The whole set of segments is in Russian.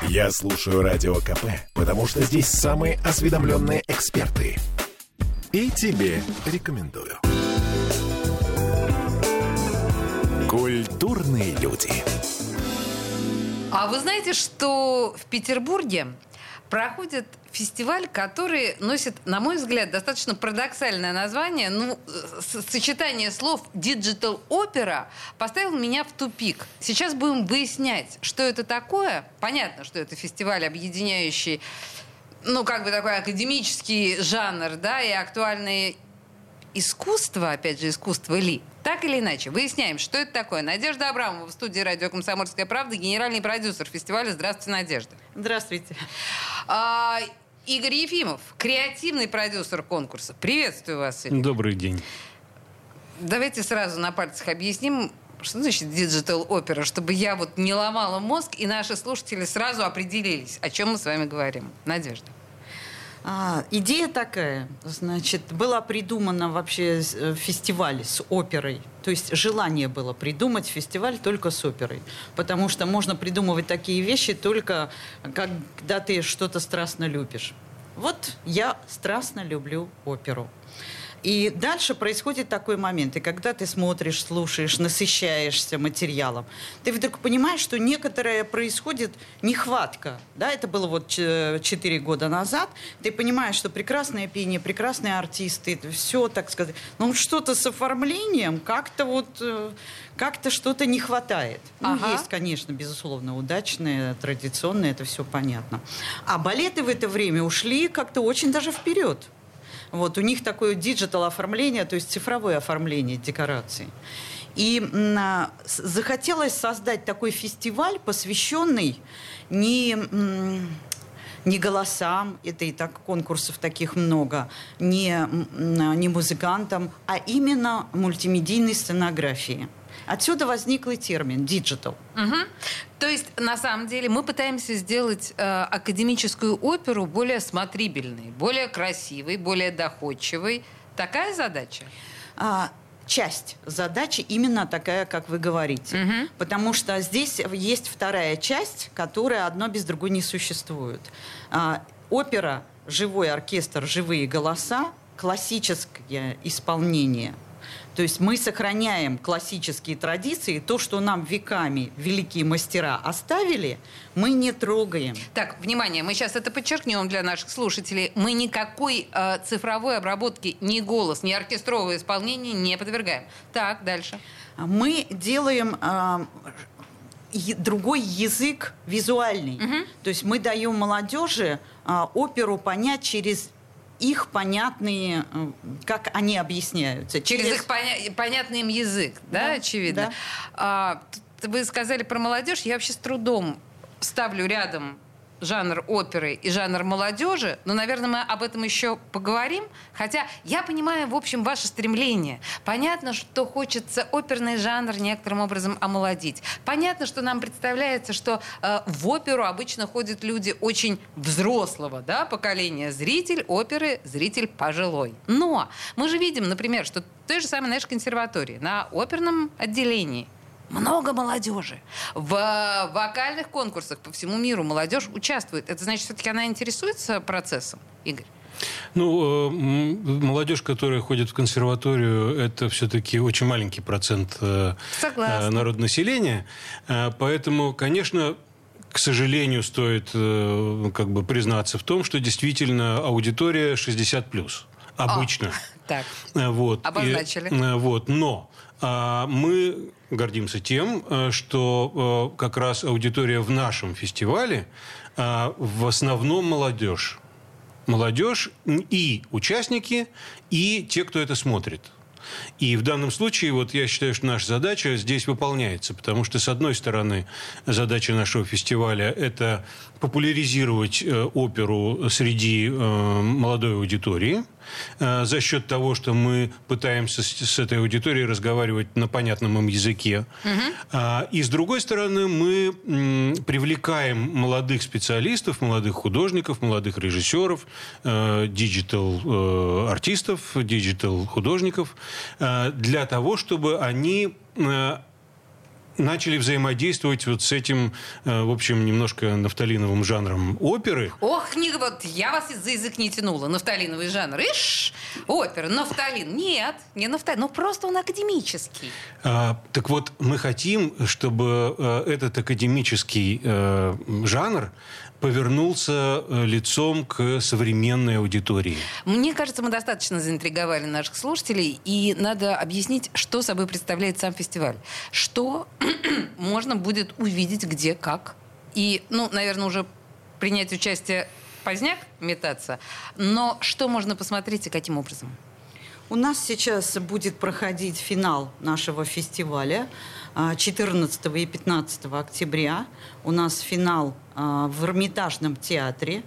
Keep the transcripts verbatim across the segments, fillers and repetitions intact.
Я слушаю Радио КП, потому что здесь самые осведомленные эксперты. И тебе рекомендую. Культурные люди. А вы знаете, что в Петербурге проходит фестиваль, который носит, на мой взгляд, достаточно парадоксальное название. Ну, сочетание слов «диджитал опера» поставило меня в тупик. Сейчас будем выяснять, что это такое. Понятно, что это фестиваль, объединяющий, ну, как бы такой академический жанр, да, и актуальное искусство, опять же, искусство ли. Так или иначе, выясняем, что это такое. Надежда Абрамова в студии «Радио Комсомольская правда», генеральный продюсер фестиваля. Здравствуйте, Надежда. Здравствуйте. А, Игорь Ефимов, креативный продюсер конкурса. Приветствую вас, Игорь. Добрый день. Давайте сразу на пальцах объясним, что значит диджитал опера, чтобы я вот не ломала мозг, и наши слушатели сразу определились, о чем мы с вами говорим. Надежда. А, идея такая, значит, была придумана вообще фестиваль с оперой. То есть желание было придумать фестиваль только с оперой. Потому что можно придумывать такие вещи только когда ты что-то страстно любишь. Вот я страстно люблю оперу. И дальше происходит такой момент, и когда ты смотришь, слушаешь, насыщаешься материалом, ты вдруг понимаешь, что некоторое происходит нехватка. Да, это было вот четыре года назад. Ты понимаешь, что прекрасное пение, прекрасные артисты, все, так сказать. Но что-то с оформлением как-то вот, как-то что-то не хватает. Ну, ага. Есть, конечно, безусловно, удачные, традиционные, это все понятно. А балеты в это время ушли как-то очень даже вперед. Вот, у них такое диджитал оформление, то есть цифровое оформление декораций. И а, захотелось создать такой фестиваль, посвященный не, не голосам, это и так конкурсов таких много, не, не музыкантам, а именно мультимедийной сценографии. Отсюда возник и термин «диджитал». Угу. То есть, на самом деле, мы пытаемся сделать э, академическую оперу более смотрибельной, более красивой, более доходчивой. Такая задача? А, часть задачи именно такая, как вы говорите. Угу. Потому что здесь есть вторая часть, которая одно без другой не существует. А, опера, живой оркестр, живые голоса, классическое исполнение – то есть мы сохраняем классические традиции, то, что нам веками великие мастера оставили, мы не трогаем. Так, внимание, мы сейчас это подчеркнем для наших слушателей. Мы никакой э, цифровой обработки, ни голос, ни оркестровое исполнение не подвергаем. Так, дальше. Мы делаем э, другой язык визуальный. Угу. То есть мы даем молодежи э, оперу понять через их понятные, как они объясняются. Через, через их поня- понятный им язык, да, да очевидно. Да. А, вы сказали про молодежь. Я вообще с трудом ставлю рядом жанр оперы и жанр молодежи, но, наверное, мы об этом еще поговорим. Хотя я понимаю, в общем, ваше стремление. Понятно, что хочется оперный жанр некоторым образом омолодить. Понятно, что нам представляется, что э, в оперу обычно ходят люди очень взрослого, да, поколения. Зритель оперы, зритель пожилой. Но мы же видим, например, что в той же самой нашей консерватории на оперном отделении много молодежи. В вокальных конкурсах по всему миру молодежь участвует. Это значит, все-таки она интересуется процессом, Игорь? Ну, молодежь, которая ходит в консерваторию, это все-таки очень маленький процент Согласна. народонаселения. Поэтому, конечно, к сожалению, стоит как бы признаться в том, что действительно аудитория шестьдесят плюс. Обычно. О, так, вот. обозначили. И, вот. Но а, мы гордимся тем, что а, как раз аудитория в нашем фестивале а, в основном молодежь. Молодежь и участники, и те, кто это смотрит. И в данном случае, вот я считаю, что наша задача здесь выполняется, потому что, с одной стороны, задача нашего фестиваля – это популяризировать э, оперу среди э, молодой аудитории э, за счет того, что мы пытаемся с, с этой аудиторией разговаривать на понятном им языке. Угу. А, и, с другой стороны, мы м, привлекаем молодых специалистов, молодых художников, молодых режиссеров, э, диджитал-артистов, диджитал-художников, для того, чтобы они начали взаимодействовать вот с этим, в общем, немножко нафталиновым жанром оперы. Ох, не, вот я вас за язык не тянула. Нафталиновый жанр. Ишь, опера, нафталин. Нет, не нафталин. Ну, просто он академический. А, так вот, мы хотим, чтобы а, этот академический а, жанр повернулся лицом к современной аудитории. Мне кажется, мы достаточно заинтриговали наших слушателей, и надо объяснить, что собой представляет сам фестиваль. Что можно будет увидеть, где, как. И, ну, наверное, уже принять участие поздняк метаться, но что можно посмотреть и каким образом? У нас сейчас будет проходить финал нашего фестиваля четырнадцатого и пятнадцатого октября. У нас финал в Эрмитажном театре.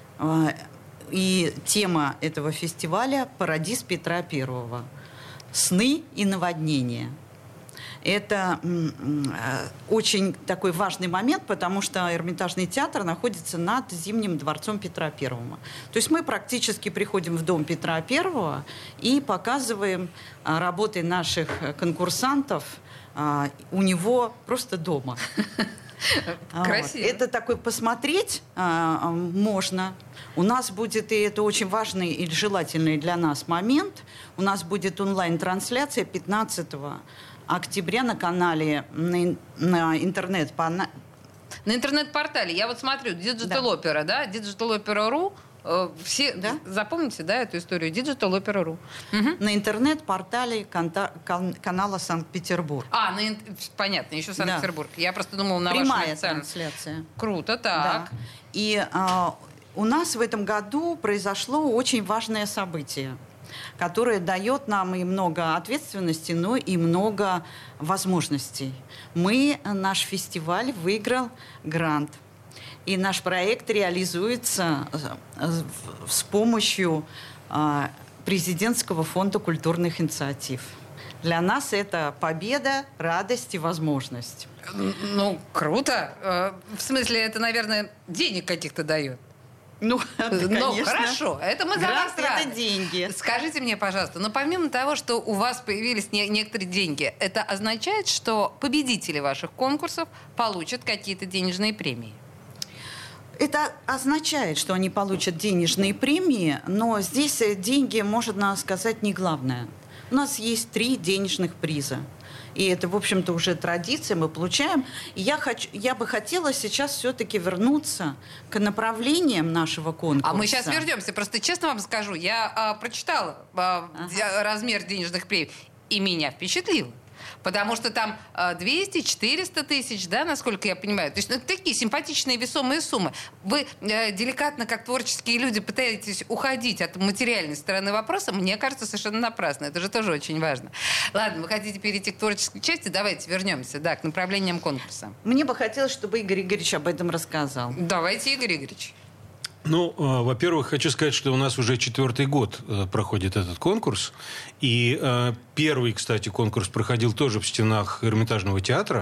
И тема этого фестиваля «Парадиз Петра Первого. Сны и наводнения». Это очень такой важный момент, потому что Эрмитажный театр находится над Зимним дворцом Петра Первого. То есть мы практически приходим в дом Петра Первого и показываем работы наших конкурсантов у него просто дома. Красиво. Это такой посмотреть а, можно. У нас будет, и это очень важный и желательный для нас момент, у нас будет онлайн-трансляция пятнадцатого октября на канале, на, на интернет. На интернет-портале. Я вот смотрю, Digital Opera, да, Digital Opera точка ру. Все, да? Запомните, да, эту историю? Digital Opera точка ру. Угу. На интернет-портале конта- кан- канала Санкт-Петербург. А, на, понятно, еще Санкт-Петербург. Да. Я просто думала на прямая вашем официальном. Трансляция. Круто, так. Да. И а, у нас в этом году произошло очень важное событие, которое дает нам и много ответственности, но и много возможностей. Мы, наш фестиваль выиграл грант. И наш проект реализуется с помощью Президентского фонда культурных инициатив. Для нас это победа, радость и возможность. Ну, круто. В смысле, это, наверное, денег каких-то дает. Ну, ну, хорошо, это мы за вас рады. Это деньги. Скажите мне, пожалуйста, но помимо того, что у вас появились не- некоторые деньги, это означает, что победители ваших конкурсов получат какие-то денежные премии? Это означает, что они получат денежные премии, но здесь деньги, можно сказать, не главное. У нас есть три денежных приза. И это, в общем-то, уже традиция, мы получаем. И я, хочу, я бы хотела сейчас все-таки вернуться к направлениям нашего конкурса. А мы сейчас вернемся. Просто честно вам скажу, я а, прочитала а, ага. размер денежных премий, и меня впечатлило. Потому что там двести-четыреста тысяч, да, насколько я понимаю. То есть ну, такие симпатичные весомые суммы. Вы э, деликатно, как творческие люди, пытаетесь уходить от материальной стороны вопроса. Мне кажется, совершенно напрасно. Это же тоже очень важно. Ладно, вы хотите перейти к творческой части? Давайте вернемся, да, к направлениям конкурса. Мне бы хотелось, чтобы Игорь Игоревич об этом рассказал. Давайте, Игорь Игоревич. Ну, э, во-первых, хочу сказать, что у нас уже четвертый год э, проходит этот конкурс. И э, первый, кстати, конкурс проходил тоже в стенах Эрмитажного театра.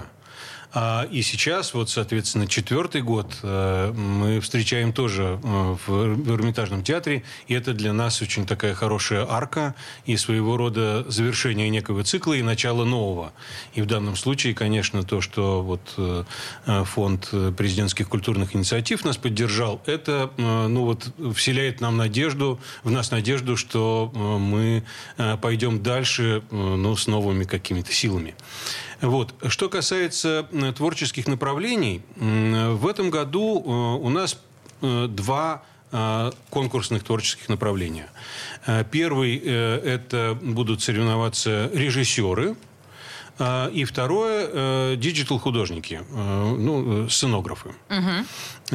А, и сейчас, вот, соответственно, четвертый год э, мы встречаем тоже э, в, в Эрмитажном театре. И это для нас очень такая хорошая арка и своего рода завершение некого цикла и начало нового. И в данном случае, конечно, то, что вот, э, фонд президентских культурных инициатив нас поддержал, это э, ну, вот, вселяет нам надежду, в нас надежду, что э, мы э, пойдем дальше э, ну, с новыми какими-то силами. Вот. Что касается э, творческих направлений, э, в этом году э, у нас э, два э, конкурсных творческих направления. Э, первый э, это будут соревноваться режиссеры, э, и второе э, диджитал-художники, э, ну, сценографы. Угу.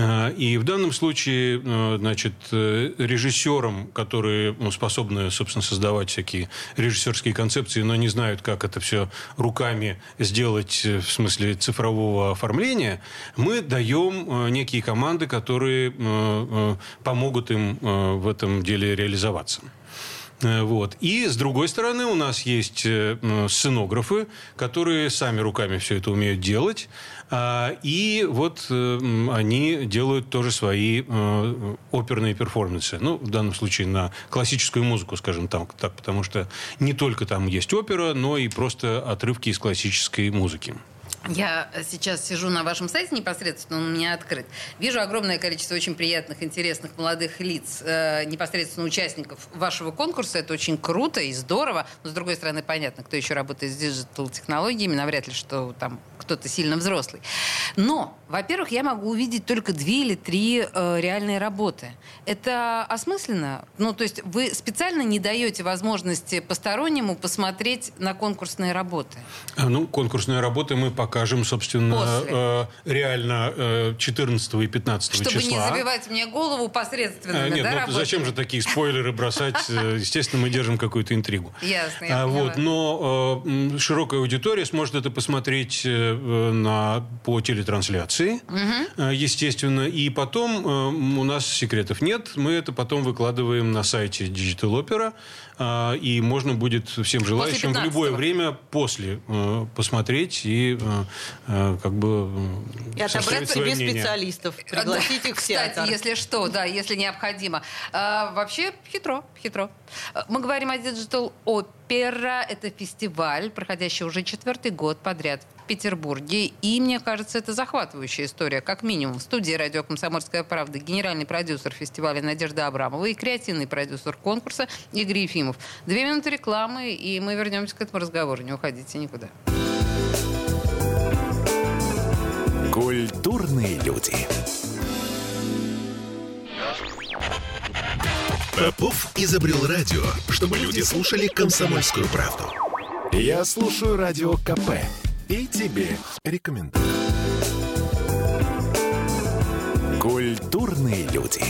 И в данном случае, значит, режиссерам, которые ну, способны, собственно, создавать всякие режиссерские концепции, но не знают, как это все руками сделать в смысле цифрового оформления, мы даем некие команды, которые помогут им в этом деле реализоваться. Вот. И, с другой стороны, у нас есть сценографы, которые сами руками все это умеют делать. И вот они делают тоже свои оперные перформансы. Ну, в данном случае на классическую музыку, скажем так, так, потому что не только там есть опера, но и просто отрывки из классической музыки. Я сейчас сижу на вашем сайте непосредственно, он у меня открыт. Вижу огромное количество очень приятных, интересных молодых лиц, э, непосредственно участников вашего конкурса. Это очень круто и здорово. Но, с другой стороны, понятно, кто еще работает с диджитал-технологиями, навряд ли, что там кто-то сильно взрослый. Но, во-первых, я могу увидеть только две или три э, реальные работы. Это осмысленно? Ну, то есть вы специально не даете возможности постороннему посмотреть на конкурсные работы? Ну, конкурсные работы мы покажем, собственно, э, реально э, четырнадцатого и пятнадцатого Чтобы числа. не забивать мне голову посредственными, а, Нет, да, ну работами? зачем же такие спойлеры бросать? Естественно, мы держим какую-то интригу. Ясно, я а, вот, поняла. но э, широкая аудитория сможет это посмотреть э, на, по телетрансляции, угу. э, естественно. И потом э, у нас секретов нет. Мы это потом выкладываем на сайте Digital Opera. Э, и можно будет всем желающим в любое время после э, посмотреть и э, э, как бы э, и отобрать себе специалистов, пригласить да, их в кстати, театр. если что, да, если необходимо. А, вообще хитро, хитро. Мы говорим о Digital Opera. Это фестиваль, проходящий уже четвертый год подряд в Петербурге. И, мне кажется, это захватывающая история, как минимум. В студии «Радио Комсомольская правда» генеральный продюсер фестиваля Надежда Абрамова и креативный продюсер конкурса Игорь Ефимов. Две минуты рекламы, и мы вернемся к этому разговору. Не уходите никуда. Культурные люди. Попов изобрел радио, чтобы люди слушали «Комсомольскую правду». Я слушаю радио КП и тебе рекомендую. Культурные люди.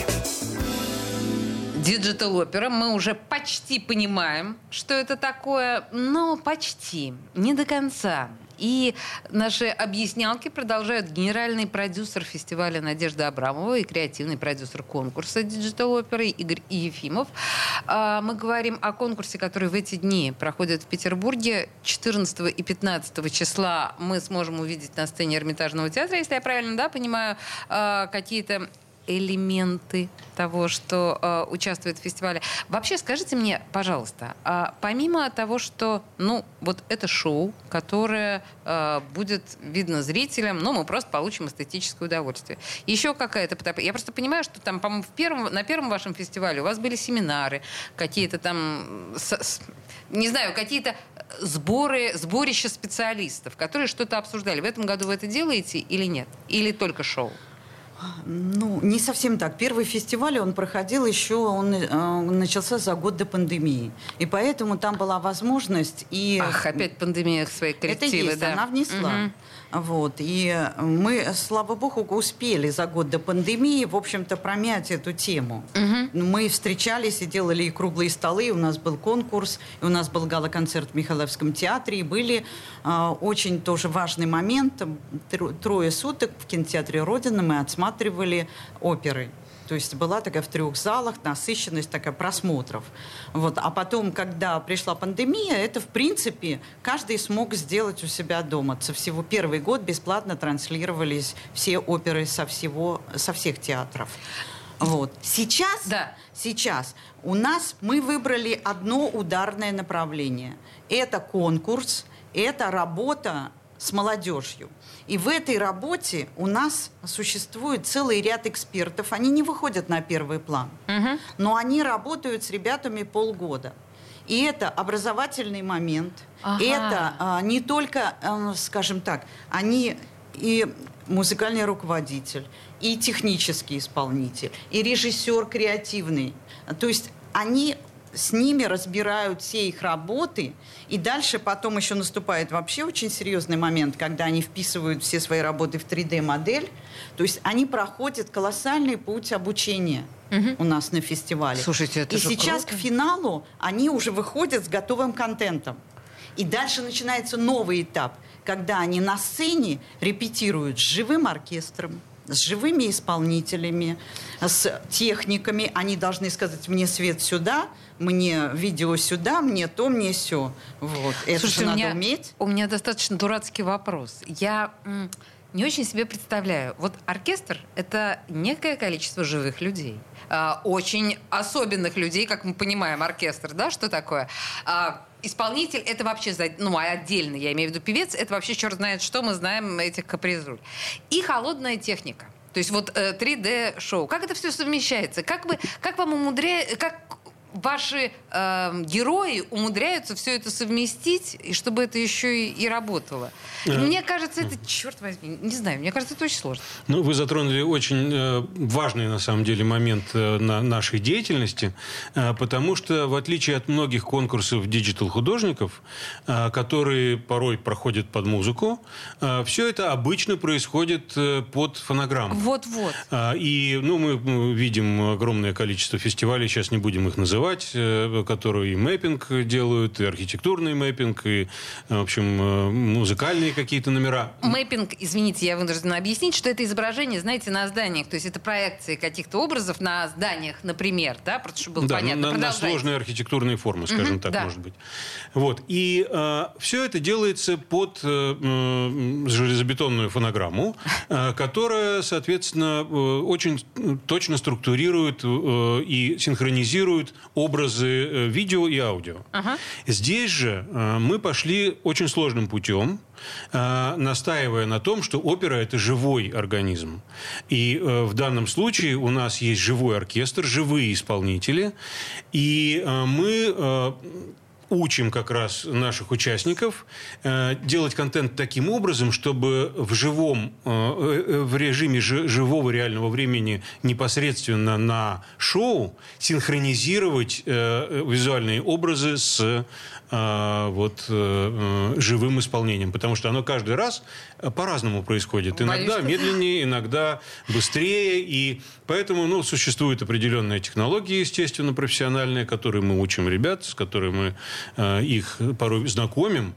Digital Opera. Мы уже почти понимаем, что это такое, но почти, не до конца. И наши объяснялки продолжают генеральный продюсер фестиваля Надежда Абрамова и креативный продюсер конкурса Digital Opera Игорь Ефимов. Мы говорим о конкурсе, который в эти дни проходит в Петербурге. четырнадцатого и пятнадцатого числа мы сможем увидеть на сцене Эрмитажного театра, если я правильно, да, понимаю, какие-то элементы того, что э, участвует в фестивале. Вообще, скажите мне, пожалуйста, э, помимо того, что, ну, вот это шоу, которое э, будет видно зрителям, ну, мы просто получим эстетическое удовольствие. Еще какая-то... Я просто понимаю, что там, по-моему, в первом, на первом вашем фестивале у вас были семинары, какие-то там... С, с, не знаю, какие-то сборы, сборища специалистов, которые что-то обсуждали. В этом году вы это делаете или нет? Или только шоу? Ну, не совсем так. Первый фестиваль, он проходил еще, он э, начался за год до пандемии. И поэтому там была возможность... И... Ах, опять пандемия свои коррективы. Это есть, да. она внесла. Угу. Вот. И мы, слава богу, успели за год до пандемии, в общем-то, промять эту тему. Угу. Мы встречались и делали и круглые столы, и у нас был конкурс, и у нас был гала-концерт в Михайловском театре, и были э, очень тоже важный момент. Трое суток в кинотеатре «Родина» мы отсматривали оперы. То есть была такая в трех залах насыщенность такая просмотров. Вот. А потом, когда пришла пандемия, это, в принципе, каждый смог сделать у себя дома. Со всего первый год бесплатно транслировались все оперы со, всего, со всех театров. Вот. Сейчас, да. сейчас у нас мы выбрали одно ударное направление. Это конкурс, это работа с молодежью. И в этой работе у нас существует целый ряд экспертов. Они не выходят на первый план, угу. но они работают с ребятами полгода. И это образовательный момент. Ага. Это а, не только, а, скажем так, они и музыкальный руководитель, и технический исполнитель, и режиссер креативный. То есть они... С ними разбирают все их работы, и дальше потом еще наступает вообще очень серьезный момент, когда они вписывают все свои работы в три дэ-модель. То есть они проходят колоссальный путь обучения угу. у нас на фестивале. Слушайте, это и же сейчас круто. К финалу они уже выходят с готовым контентом. И дальше начинается новый этап, когда они на сцене репетируют с живым оркестром, с живыми исполнителями, с техниками. Они должны сказать: мне свет сюда, мне видео сюда, мне то, мне сё. Вот. Это Слушайте, же надо меня, уметь. У меня достаточно дурацкий вопрос. Я... не очень себе представляю. Вот оркестр — это некое количество живых людей. А, очень особенных людей, как мы понимаем, оркестр, да, что такое? А, исполнитель — это вообще, ну, отдельно, я имею в виду певец, это вообще черт знает что, мы знаем этих капризуль. И холодная техника. То есть вот э, три дэ-шоу. Как это все совмещается? Как, вы, как вам умудряется... Как ваши э, герои умудряются все это совместить, и чтобы это еще и, и работало? И мне кажется, это, черт возьми, не знаю, мне кажется, это очень сложно. Ну, вы затронули очень э, важный, на самом деле, момент э, на нашей деятельности, э, потому что, в отличие от многих конкурсов диджитал-художников, э, которые порой проходят под музыку, э, все это обычно происходит э, под фонограмму. Вот-вот. Э, и, ну, мы видим огромное количество фестивалей, сейчас не будем их называть, которые и мэппинг делают, и архитектурный мэппинг, и, в общем, музыкальные какие-то номера. Мэппинг, извините, я вынуждена объяснить, что это изображение, знаете, на зданиях, то есть это проекции каких-то образов на зданиях, например, да, просто чтобы было да, понятно. На, на сложные архитектурные формы, скажем mm-hmm, так, да. может быть. Вот. И э, все это делается под э, э, железобетонную фонограмму, э, которая, соответственно, э, очень точно структурирует э, и синхронизирует образы э, видео и аудио. Ага. Здесь же э, мы пошли очень сложным путем, э, настаивая на том, что опера – это живой организм. И э, в данном случае у нас есть живой оркестр, живые исполнители, и э, мы... Э, учим как раз наших участников э, делать контент таким образом, чтобы в живом, э, в режиме ж, живого реального времени непосредственно на шоу синхронизировать э, визуальные образы с э, вот, э, живым исполнением. Потому что оно каждый раз по-разному происходит. Иногда Боюсь, медленнее, иногда быстрее. И поэтому ну, существует определенная технология, естественно, профессиональная, которую мы учим ребят, с которой мы их порой знакомим.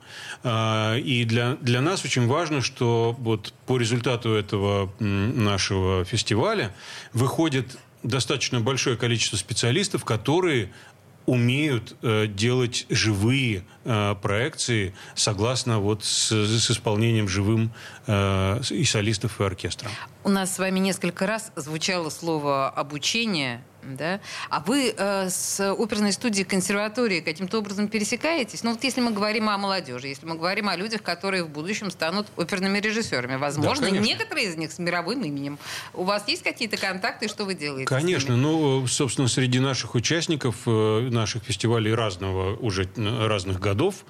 И для, для нас очень важно, что вот по результату этого нашего фестиваля выходит достаточно большое количество специалистов, которые умеют э, делать живые э, проекции согласно вот с, с исполнением живым э, и солистов, и оркестра. У нас с вами несколько раз звучало слово «обучение», да? А вы э, с оперной студией консерватории каким-то образом пересекаетесь? Ну вот если мы говорим о молодежи, если мы говорим о людях, которые в будущем станут оперными режиссерами, возможно, да, некоторые из них с мировым именем. У вас есть какие-то контакты, что вы делаете? Конечно. Ну, собственно, среди наших участников, наших фестивалей разного, уже разных годов,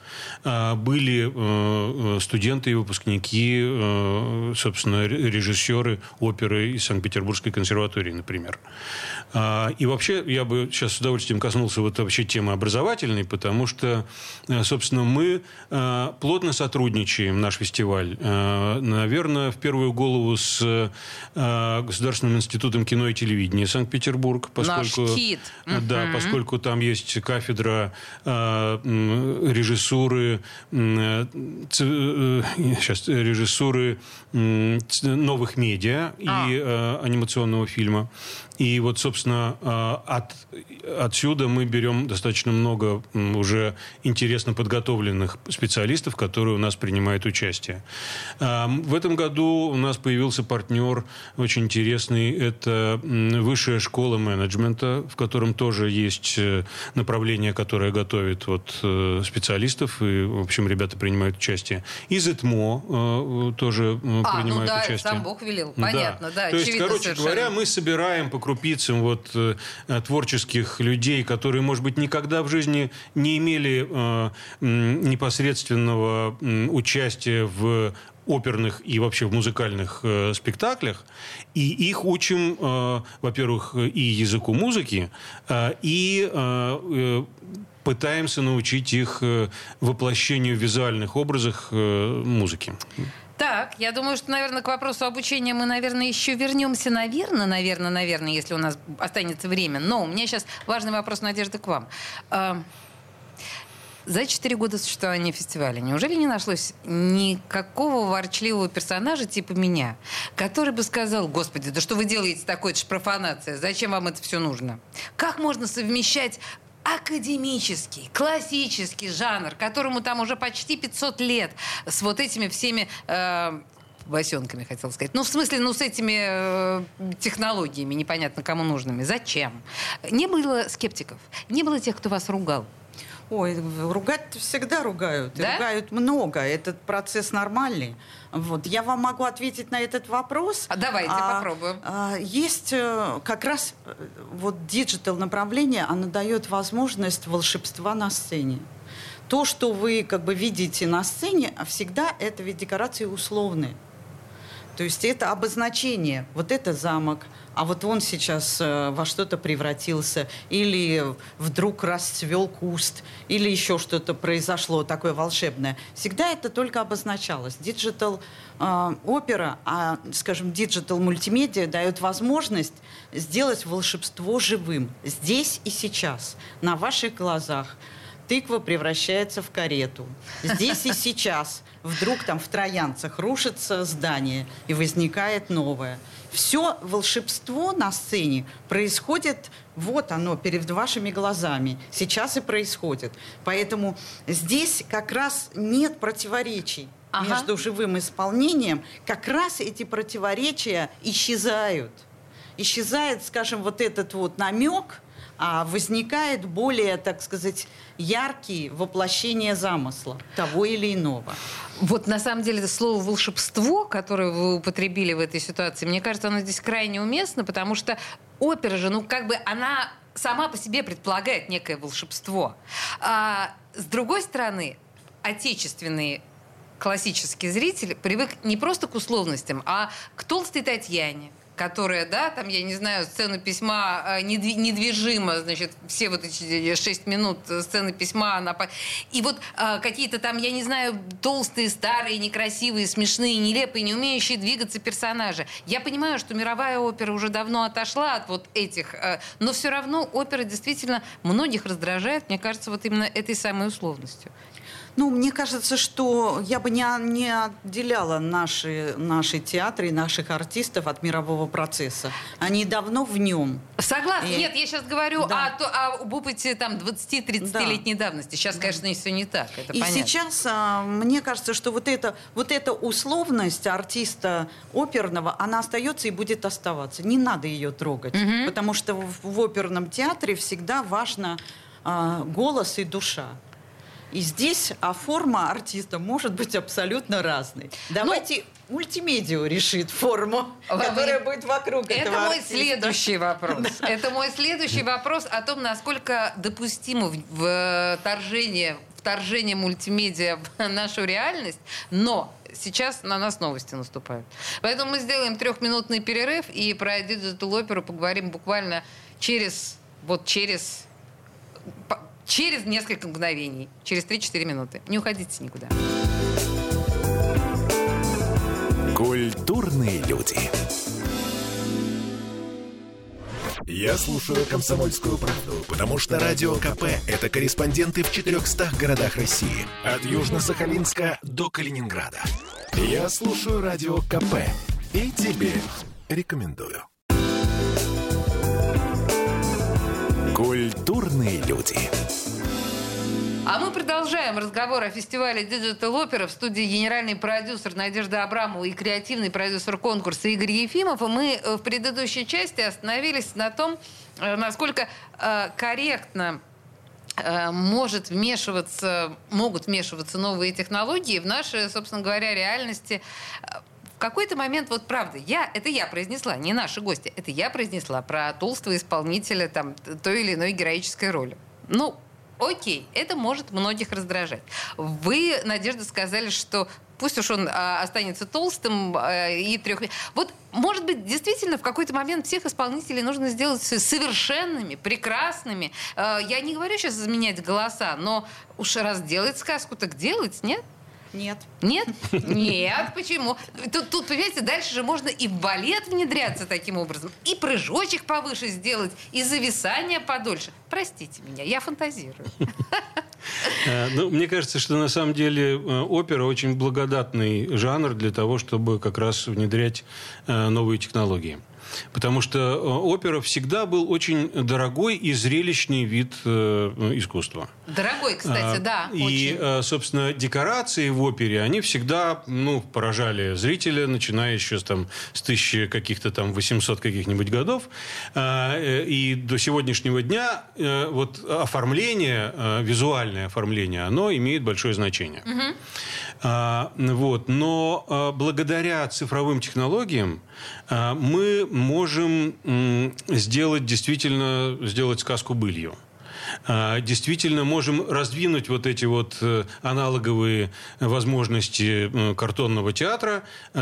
были студенты и выпускники, собственно, режиссеры оперы из Санкт-Петербургской консерватории, например. И вообще, я бы сейчас с удовольствием коснулся вот вообще темы образовательной, потому что, собственно, мы плотно сотрудничаем, наш фестиваль, наверное, в первую голову с Государственным институтом кино и телевидения Санкт-Петербург, поскольку, Наш кит. Да, поскольку там есть кафедра режиссуры, сейчас, режиссуры новых медиа и а. анимационного фильма. И вот, собственно, от, отсюда мы берем достаточно много уже интересно подготовленных специалистов, которые у нас принимают участие. В этом году у нас появился партнер очень интересный. Это Высшая школа менеджмента, в котором тоже есть направление, которое готовит вот специалистов. И, в общем, ребята принимают участие. И ЗЭТМО тоже а, принимает ну да, участие. сам Бог велел. Понятно, да. да То есть, короче совершенно. говоря, мы собираем по крупицам вот, э, творческих людей, которые, может быть, никогда в жизни не имели э, непосредственного э, участия в оперных и вообще в музыкальных э, спектаклях. И их учим, э, во-первых, и языку музыки, э, и э, э, пытаемся научить их э, воплощению в визуальных образах э, музыки. Так, я думаю, что, наверное, к вопросу обучения мы, наверное, еще вернемся, наверное, наверное, наверное, если у нас останется время. Но у меня сейчас важный вопрос, Надежда, к вам. За четыре года существования фестиваля неужели не нашлось никакого ворчливого персонажа типа меня, который бы сказал: «Господи, да что вы делаете такое, это ж профанация, зачем вам это все нужно?» Как можно совмещать академический, классический жанр, которому там уже почти пятьсот лет, с вот этими всеми э, босенками, хотела сказать. Ну, в смысле, ну, с этими э, технологиями непонятно кому нужными. Зачем? Не было скептиков, не было тех, кто вас ругал. Ой, ругать всегда ругают. Да? И ругают много. Этот процесс нормальный. Вот. Я вам могу ответить на этот вопрос. А давайте а, попробуем. А, есть как раз вот диджитал направление, оно дает возможность волшебства на сцене. То, что вы как бы видите на сцене, всегда это ведь декорации условные. То есть это обозначение. Вот это замок, а вот он сейчас э, во что-то превратился, или вдруг расцвел куст, или еще что-то произошло такое волшебное. Всегда это только обозначалось. Диджитал э, опера, а, скажем, диджитал мультимедиа дает возможность сделать волшебство живым. Здесь и сейчас, на ваших глазах. Тыква превращается в карету. Здесь и сейчас вдруг там в Троянцах рушится здание, и возникает новое. Все волшебство на сцене происходит, вот оно, перед вашими глазами. Сейчас и происходит. Поэтому здесь как раз нет противоречий ага. между живым исполнением. Как раз эти противоречия исчезают. Исчезает, скажем, вот этот вот намек, а возникает более, так сказать, яркие воплощения замысла того или иного. Вот на самом деле это слово «волшебство», которое вы употребили в этой ситуации, мне кажется, оно здесь крайне уместно, потому что опера же, ну как бы она сама по себе предполагает некое волшебство. А с другой стороны, отечественный классический зритель привык не просто к условностям, а к толстой Татьяне, которая, да, там, я не знаю, сцена письма недвижима, значит, все вот эти шесть минут сцены письма, она... И вот а, какие-то там, я не знаю, толстые, старые, некрасивые, смешные, нелепые, не умеющие двигаться персонажи. Я понимаю, что мировая опера уже давно отошла от вот этих, а, но все равно опера действительно многих раздражает, мне кажется, вот именно этой самой условностью. Ну, мне кажется, что я бы не, не отделяла наши, наши театры и наших артистов от мирового процесса. Они давно в нем. Согласна. И... Нет, я сейчас говорю да. о, о, об опыте там, двадцати-тридцатилетней да. давности. Сейчас, да. конечно, все не так. Это и понятно. сейчас а, мне кажется, что вот, это, вот эта условность артиста оперного, она остается и будет оставаться. Не надо ее трогать. Угу. Потому что в, в оперном театре всегда важно а, голос и душа. И здесь а форма артиста может быть абсолютно разной. Давайте ну, мультимедиа решит форму, которая вы... будет вокруг это этого мой артиста. следующий вопрос. Да. Это мой следующий вопрос о том, насколько допустимо вторжение, вторжение мультимедиа в нашу реальность, но сейчас на нас новости наступают. Поэтому мы сделаем трехминутный перерыв и про диджитал-оперу поговорим буквально через... Вот через... Через несколько мгновений. Через три-четыре минуты. Не уходите никуда. Культурные люди. Я слушаю «Комсомольскую правду», потому что Радио КП – это корреспонденты в четырехстах городах России. От Южно-Сахалинска до Калининграда. Я слушаю Радио КП и тебе рекомендую. Культурные люди. А мы продолжаем разговор о фестивале Digital Opera в студии генеральный продюсер Надежда Абрамова и креативный продюсер конкурса Игорь Ефимов. И мы в предыдущей части остановились на том, насколько э, корректно э, может вмешиваться, могут вмешиваться новые технологии в наши, собственно говоря, реальности. В какой-то момент, вот правда, я, это я произнесла, не наши гости, это я произнесла про толстого исполнителя там, той или иной героической роли. Ну, окей, это может многих раздражать. Вы, Надежда, сказали, что пусть уж он а, останется толстым а, и трех... Вот, может быть, действительно, в какой-то момент всех исполнителей нужно сделать совершенными, прекрасными. А, я не говорю сейчас изменять голоса, но уж раз делать сказку, так делать, нет? Нет. Нет? Нет. Почему? Тут, тут, понимаете, дальше же можно и в балет внедряться таким образом, и прыжочек повыше сделать, и зависание подольше. Простите меня, я фантазирую. Ну, мне кажется, что на самом деле опера очень благодатный жанр для того, чтобы как раз внедрять новые технологии. Потому что опера всегда был очень дорогой и зрелищный вид искусства. Дорогой, кстати, да. И, очень. собственно, декорации в опере, они всегда, ну, поражали зрителя, начиная еще там, с тысячи каких-то там восьмисот каких-нибудь годов. И до сегодняшнего дня вот оформление, визуальное оформление, оно имеет большое значение. Угу. А, вот. Но благодаря цифровым технологиям мы можем сделать, действительно, сделать сказку былью. Действительно можем раздвинуть вот эти вот аналоговые возможности картонного театра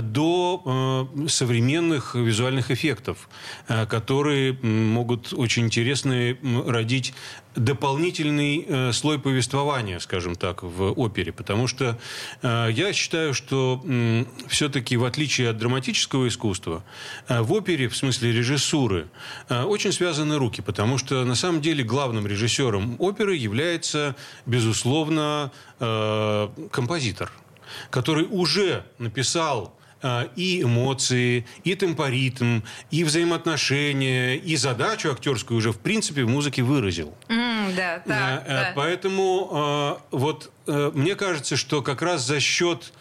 до современных визуальных эффектов, которые могут очень интересно родить дополнительный слой повествования, скажем так, в опере. Потому что я считаю, что все-таки, в отличие от драматического искусства, в опере, в смысле режиссуры, очень связаны руки. Потому что, на самом деле, главным режиссером оперы является, безусловно, композитор, который уже написал и эмоции, и темпоритм, и взаимоотношения, и задачу актерскую уже, в принципе, в музыке выразил. Mm, да, так, а, да. Поэтому вот мне кажется, что как раз за счет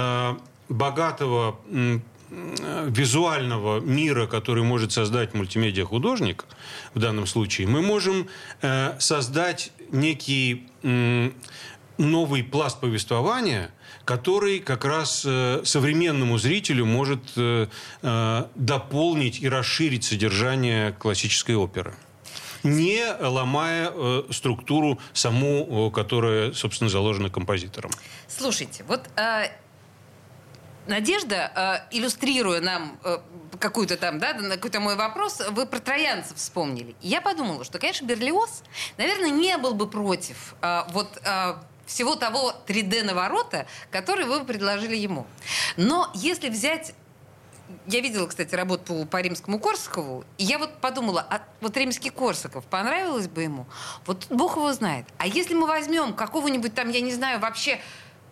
богатого визуального мира, который может создать мультимедиа-художник, в данном случае, мы можем создать некий новый пласт повествования, который как раз э, современному зрителю может э, э, дополнить и расширить содержание классической оперы, не ломая э, структуру саму, которая, собственно, заложена композитором. Слушайте, вот э, Надежда, э, иллюстрируя нам э, какую-то там, да, какой-то мой вопрос, вы про троянцев вспомнили. Я подумала, что, конечно, Берлиоз, наверное, не был бы против э, вот... Э, всего того три дэ-наворота, который вы предложили ему. Но если взять... Я видела, кстати, работу по, по Римскому-Корсакову, и я вот подумала, а вот Римский-Корсаков, понравилось бы ему? Вот Бог его знает. А если мы возьмем какого-нибудь там, я не знаю, вообще...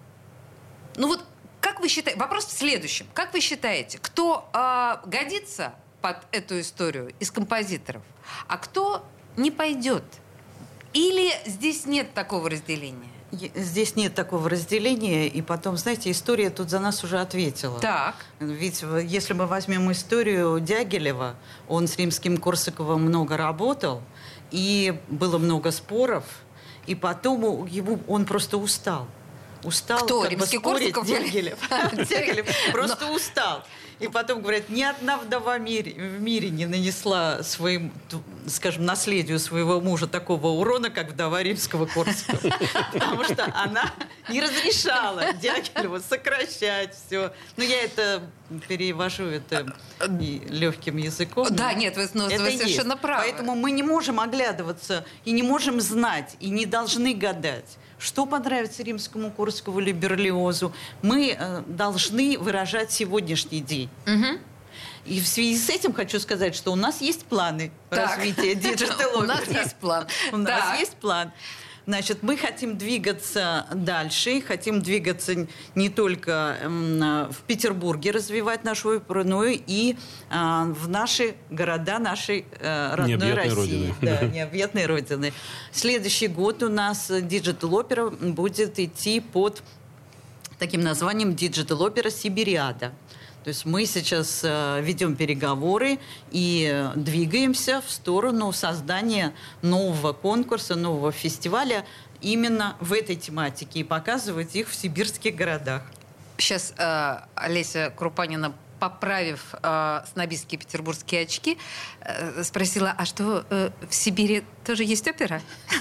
Ну вот, как вы считаете... Вопрос в следующем. Как вы считаете, кто э, годится под эту историю из композиторов, а кто не пойдет? Или здесь нет такого разделения? Здесь нет такого разделения, и потом, знаете, история тут за нас уже ответила. Так. Ведь если мы возьмем историю Дягилева, он с Римским-Корсаковым много работал, и было много споров, и потом его, он просто устал. Устал, Кто? как бы спорить, Римский-Корсаков? Дягилев. Дягилев просто устал. И потом говорят, ни одна вдова в мире, в мире не нанесла своим, скажем, наследию своего мужа такого урона, как вдова Римского-Корсакова. Потому что она не разрешала Дягилеву сокращать все. Ну, я это перевожу это легким языком. Да, нет, вы, ну, вы совершенно есть. правы. Поэтому мы не можем оглядываться и не можем знать, и не должны гадать, что понравится Римскому-Корсакову или Берлиозу. Мы э, должны выражать сегодняшний день. Угу. И в связи с этим хочу сказать, что у нас есть планы развития диджитал-оперы. У нас есть план. У нас есть план. Значит, мы хотим двигаться дальше, хотим двигаться не только в Петербурге, развивать нашу оперу, но и в наши города нашей родной необъятной России. Родины. Да, необъятной Родины. Следующий год у нас диджитал-опера будет идти под таким названием диджитал-опера «Сибириада». То есть мы сейчас э, ведем переговоры и э, двигаемся в сторону создания нового конкурса, нового фестиваля именно в этой тематике и показывать их в сибирских городах. Сейчас э, Олеся Крупанина, поправив э, снобистские петербургские очки, э, спросила, а что, э, в Сибири тоже есть опера?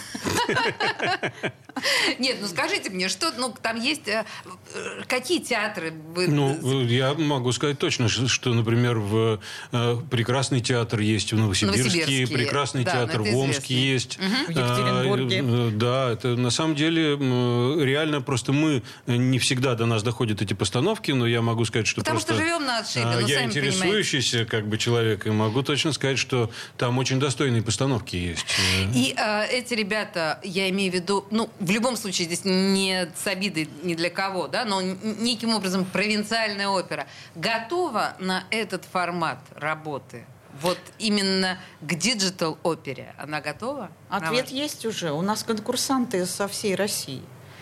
Нет, ну скажите мне, что, ну там есть, э, какие театры? Вы... Ну, я могу сказать точно, что, например, в э, прекрасный театр есть в Новосибирске, прекрасный да, театр в Омске есть. Угу. В Екатеринбурге. Э, да, это на самом деле э, реально просто мы, не всегда до нас доходят эти постановки, но я могу сказать, что Потому просто... что живем на отшибе, ну, я сами интересующийся понимаете. как бы человек, и могу точно сказать, что там очень достойные постановки есть. И э, эти ребята, я имею в виду, ну, в любом случае, здесь не с обидой ни для кого, да, но неким образом провинциальная опера готова на этот формат работы? вот именно к диджитал-опере? Она готова? Ответ есть уже. У нас конкурсанты со всей России.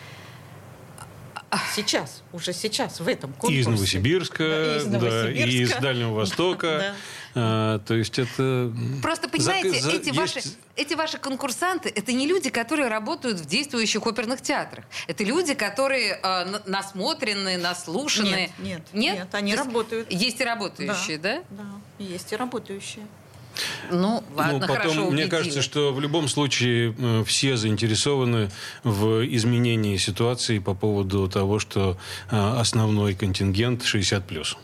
Сейчас, уже сейчас, в этом конкурсе. И из Новосибирска, да, и из, да, и из Дальнего Востока. Да. А, то есть это... Просто, понимаете, за, эти, есть... ваши, эти ваши конкурсанты, это не люди, которые работают в действующих оперных театрах. Это люди, которые э, насмотрены, наслушаны. Нет, нет, нет, нет они работают. Есть и работающие, да? Да, да, есть и работающие. Ну, ладно, ну, потом, хорошо, убедили. Мне кажется, что в любом случае э, все заинтересованы в изменении ситуации по поводу того, что э, основной контингент шестьдесят плюс.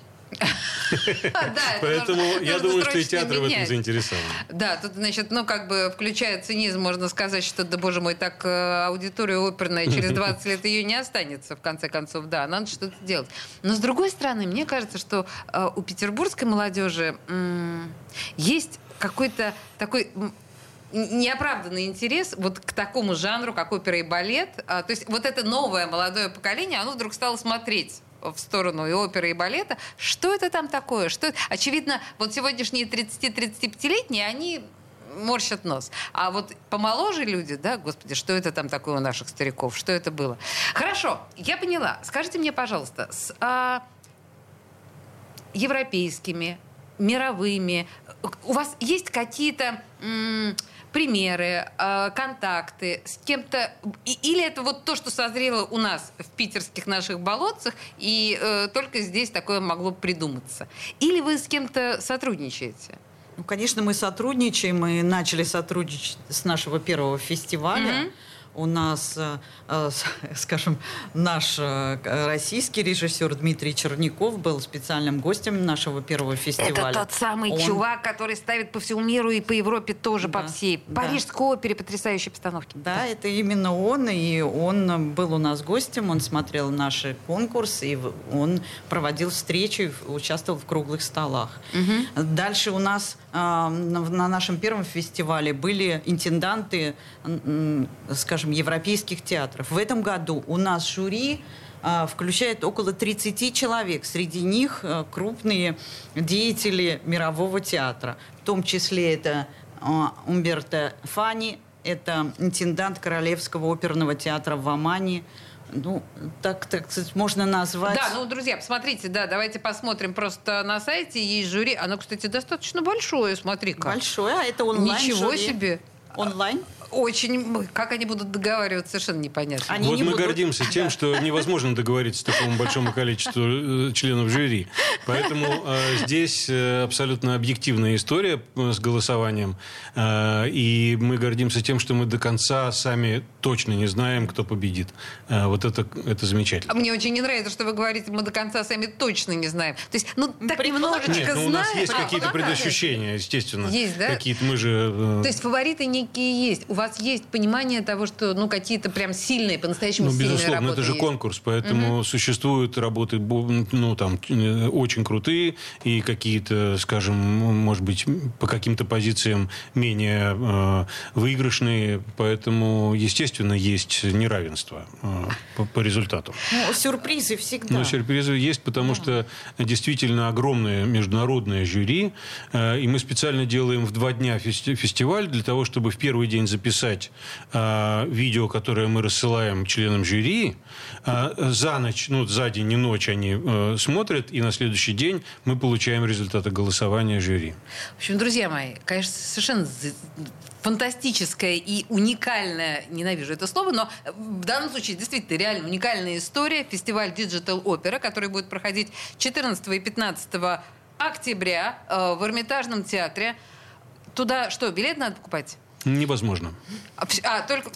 Поэтому я думаю, что и театры в этом заинтересованы. Да, тут, значит, ну, как бы, включая цинизм, можно сказать, что, да, боже мой, так аудитория оперная через двадцать лет ее не останется, в конце концов, да, надо что-то делать. Но, с другой стороны, мне кажется, что у петербургской молодежи есть какой-то такой... неоправданный интерес вот к такому жанру, как опера и балет. То есть вот это новое молодое поколение, оно вдруг стало смотреть в сторону и оперы, и балета. Что это там такое? Что... Очевидно, вот сегодняшние тридцати-тридцатипятилетние, они морщат нос. А вот помоложе люди, да, господи, что это там такое у наших стариков? Что это было? Хорошо, я поняла. Скажите мне, пожалуйста, с а, европейскими, мировыми, у вас есть какие-то... М- примеры, э, контакты с кем-то? И, или это вот то, что созрело у нас в питерских наших болотцах, и э, только здесь такое могло придуматься? Или вы с кем-то сотрудничаете? Ну, конечно, мы сотрудничаем. Мы начали сотрудничать с нашего первого фестиваля. Mm-hmm. У нас, э, скажем, наш российский режиссер Дмитрий Черняков был специальным гостем нашего первого фестиваля. Это тот самый Он... чувак, который ставит по всему миру и по Европе тоже, да, по всей. Да. Парижской опере потрясающей постановки. Да, да, это именно он. И он был у нас гостем, он смотрел наши конкурсы, и он проводил встречи, участвовал в круглых столах. Угу. Дальше у нас э, на нашем первом фестивале были интенданты, э, скажем, европейских театров. В этом году у нас жюри а, включает около тридцати человек. Среди них а, крупные деятели мирового театра. В том числе это а, Умберто Фани, это интендант Королевского оперного театра в Омане. Ну, так, так можно назвать... Да, ну, друзья, посмотрите, да, давайте посмотрим просто на сайте. Есть жюри. Оно, кстати, достаточно большое, смотри-ка. Большое, а это онлайн Ничего жюри. себе. Онлайн? Очень. Как они будут договариваться, совершенно непонятно. Они вот не мы будут... гордимся тем, что невозможно договориться такому большому количеству э, членов жюри. Поэтому э, здесь э, абсолютно объективная история с голосованием. Э, и мы гордимся тем, что мы до конца сами точно не знаем, кто победит. Э, вот это, это замечательно. А мне очень не нравится, что вы говорите, мы до конца сами точно не знаем. То есть, ну, так немножечко Нет, ну, знаем. у нас есть а, какие-то ну, предощущения, естественно. Есть, да? Какие-то мы же... Э... То есть фавориты некие есть. У вас есть понимание того, что, ну, какие-то прям сильные, по-настоящему ну, сильные безусловно, работы это же есть. конкурс, поэтому угу. существуют работы, ну, там, очень крутые и какие-то, скажем, может быть, по каким-то позициям менее э, выигрышные, поэтому, естественно, есть неравенство э, по, по результату. Ну, сюрпризы всегда. Но сюрпризы есть, потому да. что действительно огромное международное жюри, э, и мы специально делаем в два дня фести- фестиваль для того, чтобы в первый день записать э, видео, которое мы рассылаем членам жюри. Э, за ночь, ну, за день и ночь они э, смотрят, и на следующий день мы получаем результаты голосования жюри. В общем, друзья мои, конечно, совершенно фантастическая и уникальная, ненавижу это слово, но в данном случае действительно реально уникальная история. Фестиваль Digital Opera, который будет проходить четырнадцатого и пятнадцатого октября э, в Эрмитажном театре. Туда что, билет надо покупать? Невозможно. А, только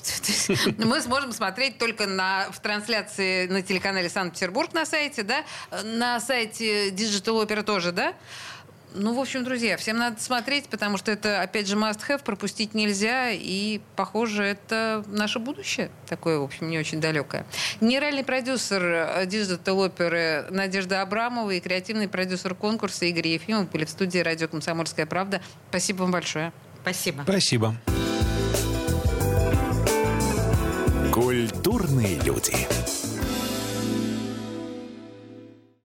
мы сможем смотреть только на, в трансляции на телеканале Санкт-Петербург на сайте, да? На сайте Digital Opera тоже, да? Ну, в общем, друзья, всем надо смотреть, потому что это, опять же, must-have, пропустить нельзя, и, похоже, это наше будущее, такое, в общем, не очень далекое. Генеральный продюсер Digital Opera Надежда Абрамова и креативный продюсер конкурса Игорь Ефимов были в студии «Радио Комсомольская правда». Спасибо вам большое. Спасибо. Спасибо.